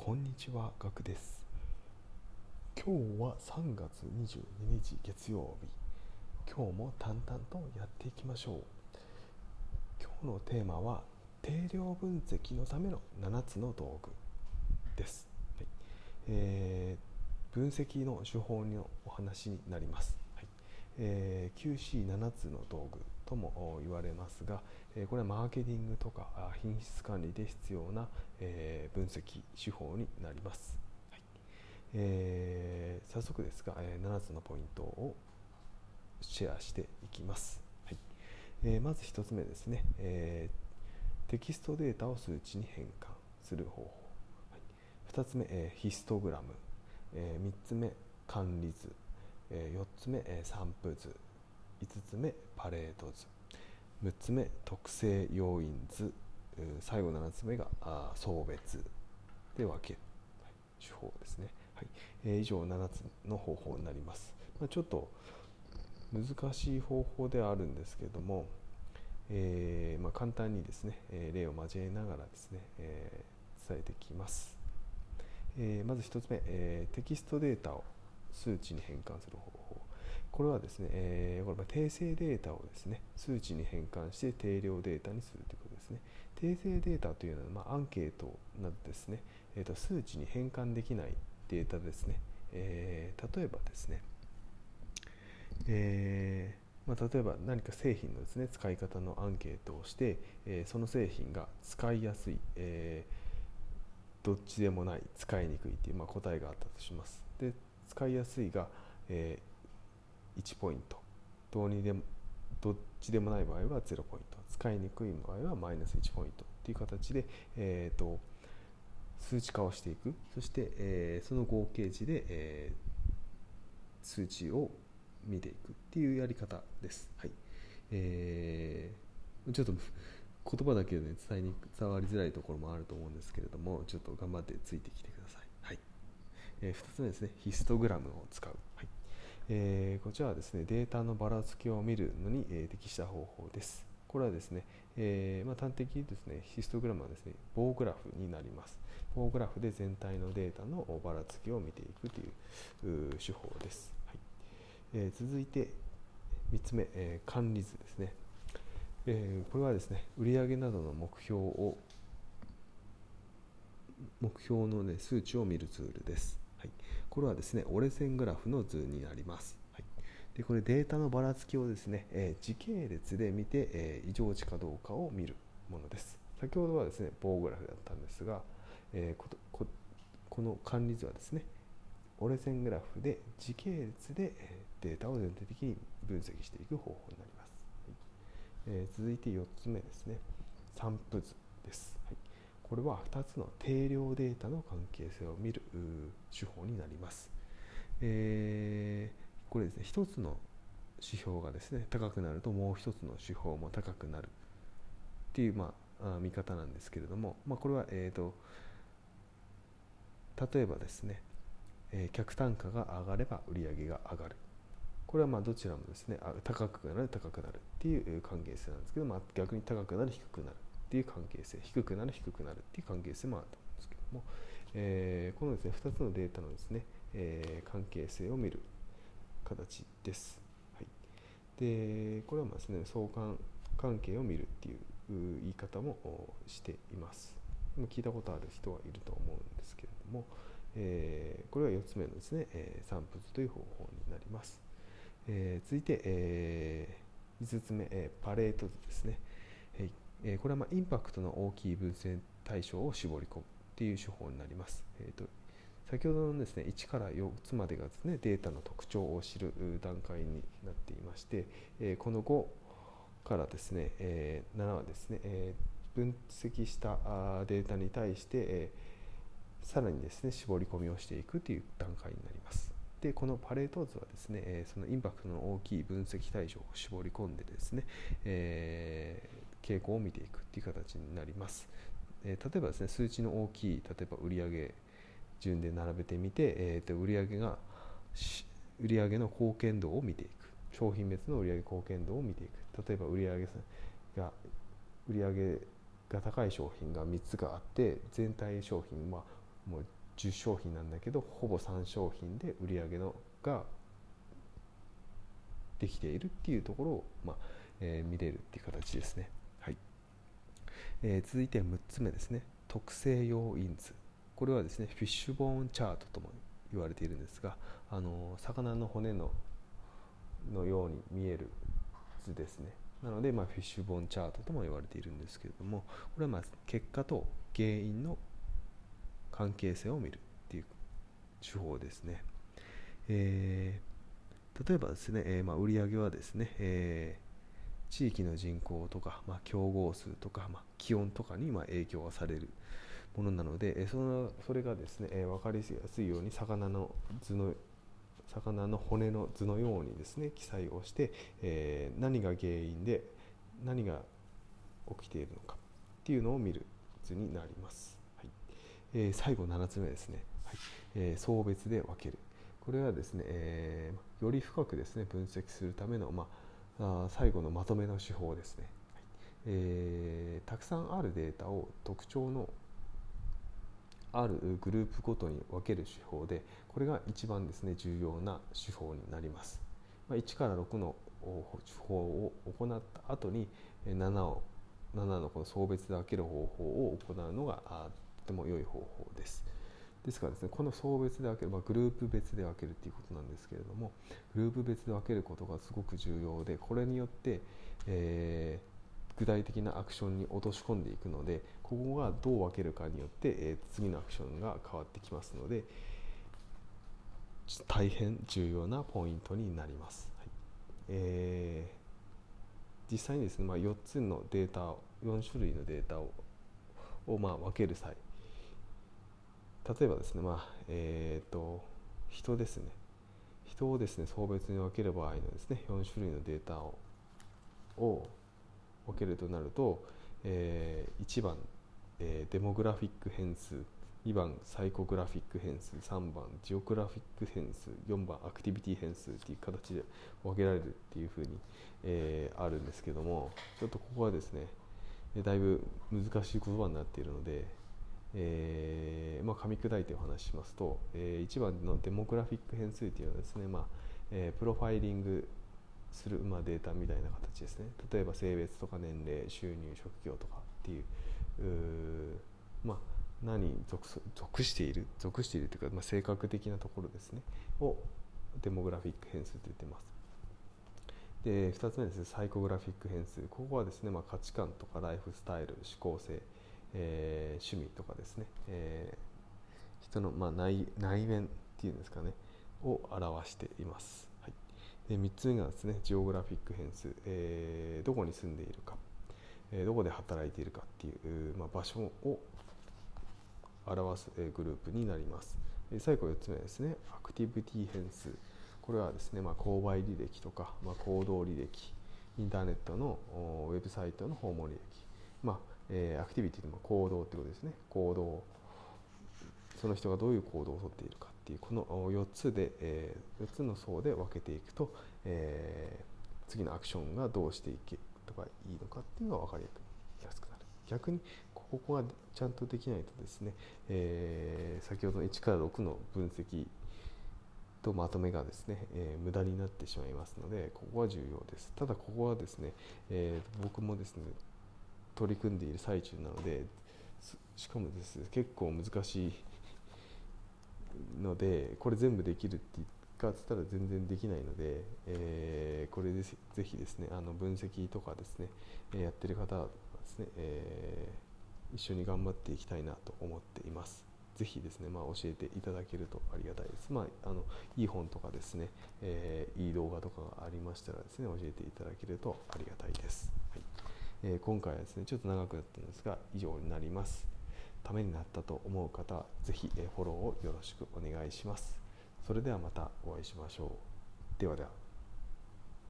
こんにちは、ガクです。今日は3月22日月曜日。今日も淡々とやっていきましょう。今日のテーマは定量分析のための7つの道具です。はい。分析の手法のお話になります。はい。QC7 つの道具とも言われますが、これはマーケティングとか品質管理で必要な、分析手法になります。はい。早速ですが、7つのポイントをシェアしていきます。はい。まず1つ目ですね、テキストデータを数値に変換する方法。はい、2つ目、ヒストグラム、3つ目、管理図、4つ目、散布図、5つ目、パレード図、6つ目、特性要因図、最後7つ目が層別で分ける手法ですね。はい。以上7つの方法になります。ちょっと難しい方法ではあるんですけれども、簡単にですね、例を交えながらですね、伝えていきます。まず1つ目、テキストデータを数値に変換する方法。これはですね、これは定性データをですね、数値に変換して定量データにするということですね。定性データというのは、アンケートなどですね、数値に変換できないデータですね。例えばですね、例えば何か製品のですね、使い方のアンケートをして、その製品が使いやすい、どっちでもない、使いにくいという、答えがあったとします。で、使いやすいが、1ポイント、どっちでもない場合は0ポイント、使いにくい場合はマイナス1ポイントという形で、数値化をしていく。そして、その合計値で、数値を見ていくっていうやり方です。はい。ちょっと言葉だけで、伝わりづらいところもあると思うんですけれども、ちょっと頑張ってついてきてください。はい。2つ目ですね、ヒストグラムを使う。はい。こちらはですね、データのばらつきを見るのに、適した方法です。これはですね、端的にですね、ヒストグラムはですね、棒グラフになります。棒グラフで全体のデータのばらつきを見ていくという手法です。はい。続いて3つ目、管理図ですね。これはですね、売上などの目標の、数値を見るツールです。はい、これはですね、折れ線グラフの図になります。はい、でこれデータのばらつきをですね、時系列で見て、異常値かどうかを見るものです。先ほどはですね、棒グラフだったんですが、この管理図はですね、折れ線グラフで時系列でデータを全体的に分析していく方法になります。はい。続いて4つ目ですね、散布図です。はい、これは2つの定量データの関係性を見る手法になります。これですね、1つの指標がですね高くなるともう1つの指標も高くなるっていう、見方なんですけれども、これは、例えばですね、客単価が上がれば売上が上がる。これはどちらもですね、高くなるっていう関係性なんですけど、逆に高くなる低くなるっていう関係性、低くなるっていう関係性もあると思うんですけども、このですね2つのデータのですね、関係性を見る形です。はい。でこれはですね、相関関係を見るっていう言い方もしています。聞いたことある人はいると思うんですけれども、これは4つ目のですね、散布図という方法になります。続いて、5つ目、パレート図ですね。これはインパクトの大きい分析対象を絞り込むという手法になります。先ほどのですね、1から4つまでがですね、データの特徴を知る段階になっていまして、この5からですね、7はですね、分析したデータに対して、さらにですね、絞り込みをしていくという段階になります。でこのパレート図はですね、そのインパクトの大きい分析対象を絞り込んでですね、傾向を見ていくという形になります。例えばですね、数値の大きい、例えば売上順で並べてみて、売上の貢献度を見ていく、商品別の売上貢献度を見ていく。例えば売上が高い商品が3つがあって、全体商品はもう 10商品なんだけどほぼ3商品で売り上げができているっていうところを、見れるっていう形ですね。はい。続いて6つ目ですね。特性要因図。これはですねフィッシュボーンチャートとも言われているんですが、魚の骨のように見える図ですね。なので、フィッシュボーンチャートとも言われているんですけれども、これは結果と原因の関係性を見るっていう手法ですね。例えばですね、売上はですね、地域の人口とか、競合数とか、気温とかに影響がされるものなので、それがですね、分かりやすいように魚の骨の図のようにですね記載をして、何が原因で何が起きているのかっていうのを見る図になります。はい。最後7つ目ですね。はい。層別で分ける。これはですね、より深くですね分析するための、最後のまとめの手法ですね。はい。たくさんあるデータを特徴のあるグループごとに分ける手法で、これが一番ですね重要な手法になります。1から6の手法を行った後に7のこの層別で分ける方法を行うのがとても良い方法です。ですからですね、この層別で分ける、グループ別で分けるということなんですけれども、グループ別で分けることがすごく重要で、これによって、具体的なアクションに落とし込んでいくので、ここがどう分けるかによって、次のアクションが変わってきますので、大変重要なポイントになります。はい。実際にですね、4つのデータを4種類のデータを分ける際、例えばですね、人ですね。人をですね層別に分ける場合のですね4種類のデータを分けるとなると、1番、デモグラフィック変数、2番サイコグラフィック変数、3番ジオグラフィック変数、4番アクティビティ変数という形で分けられるっていうふうに、あるんですけども、ちょっとここはですねだいぶ難しい言葉になっているので、噛み砕いてお話ししますと、1番のデモグラフィック変数というのはですね、プロファイリングする、データみたいな形ですね。例えば性別とか年齢、収入、職業とかっていう、何に属しているというか、性格的なところですねをデモグラフィック変数と言っています。で2つ目ですね、サイコグラフィック変数。ここはですね、価値観とかライフスタイル、思考性、趣味とかですね、人の、内面っていうんですかねを表しています。はい。で3つ目がですね、ジオグラフィック変数、どこに住んでいるか、どこで働いているかっていう、場所を表すグループになります。最後4つ目ですね、アクティビティ変数。これはですね、購買履歴とか、行動履歴、インターネットのウェブサイトの訪問履歴、アクティビティの行動ということですね。行動、その人がどういう行動をとっているかっていう、この4つの層で分けていくと、次のアクションがどうしていけとかいいのかっていうのが分かりやすくなる。逆にここがちゃんとできないとですね、先ほどの1から6の分析とまとめがですね、無駄になってしまいますので、ここは重要です。ただここはですね、僕もですね取り組んでいる最中なので、しかもですね結構難しいので、これ全部できるって言ったら全然できないので、これでぜひですね分析とかですね、やってる方はですね、一緒に頑張っていきたいなと思っています。ぜひですね、教えていただけるとありがたいです。いい本とかですね、いい動画とかがありましたらですね、教えていただけるとありがたいです。はい。今回はですね、ちょっと長くなったんですが、以上になります。ためになったと思う方は、ぜひフォローをよろしくお願いします。それではまたお会いしましょう。ではでは。